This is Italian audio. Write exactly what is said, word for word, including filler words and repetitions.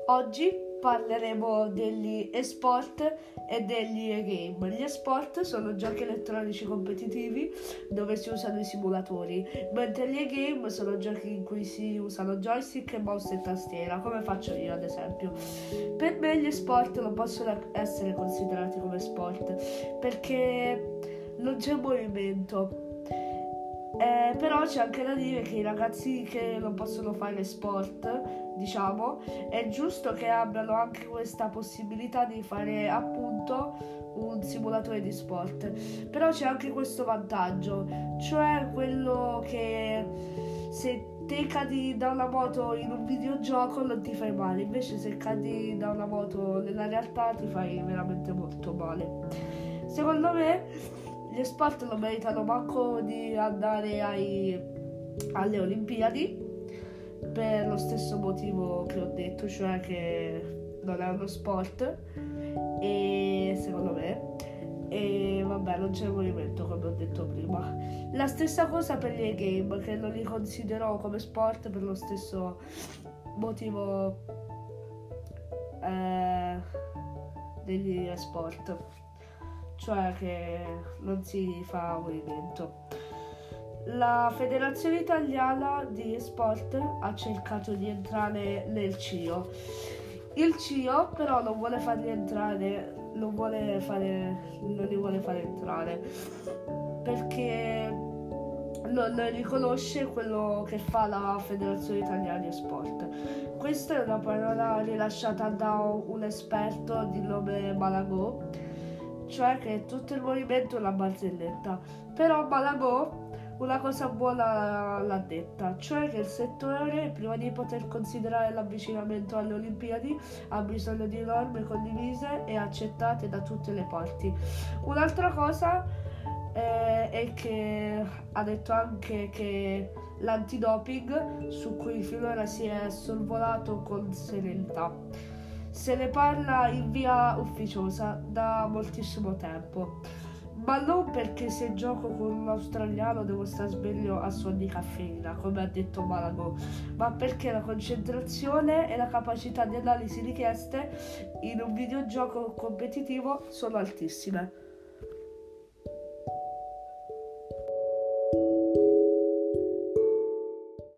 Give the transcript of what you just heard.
Oggi parleremo degli esport e degli e-game. Gli esport sono giochi elettronici competitivi dove si usano i simulatori, mentre gli e-game sono giochi in cui si usano joystick, mouse e tastiera, come faccio io ad esempio. Per me gli esport non possono essere considerati come sport perché non c'è movimento. Eh, però c'è anche da dire che i ragazzi che non possono fare sport, diciamo, è giusto che abbiano anche questa possibilità di fare appunto un simulatore di sport. Però c'è anche questo vantaggio, cioè quello che se te cadi da una moto in un videogioco non ti fai male, invece se cadi da una moto nella realtà ti fai veramente molto male. Secondo me gli sport non meritano manco di andare ai, alle Olimpiadi per lo stesso motivo che ho detto, cioè che non è uno sport e secondo me e vabbè non c'è movimento come ho detto prima. La stessa cosa per gli e-game, che non li considero come sport per lo stesso motivo eh, degli sport, cioè che non si fa movimento. La Federazione Italiana di Sport ha cercato di entrare nel C I O. Il C I O però non vuole farli entrare, non vuole fare, non li vuole fare entrare perché non riconosce quello che fa la Federazione Italiana di Sport. Questa è una parola rilasciata da un esperto di nome Malagò, cioè che tutto il movimento è una barzelletta. Però Malagò una cosa buona l'ha detta, cioè che il settore, prima di poter considerare l'avvicinamento alle Olimpiadi, ha bisogno di norme condivise e accettate da tutte le parti. Un'altra cosa eh, è che ha detto anche che l'antidoping, su cui finora si è sorvolato con serenità, se ne parla in via ufficiosa da moltissimo tempo, ma non perché se gioco con un australiano devo stare sveglio a suon di caffeina, come ha detto Malagò, ma perché la concentrazione e la capacità di analisi richieste in un videogioco competitivo sono altissime.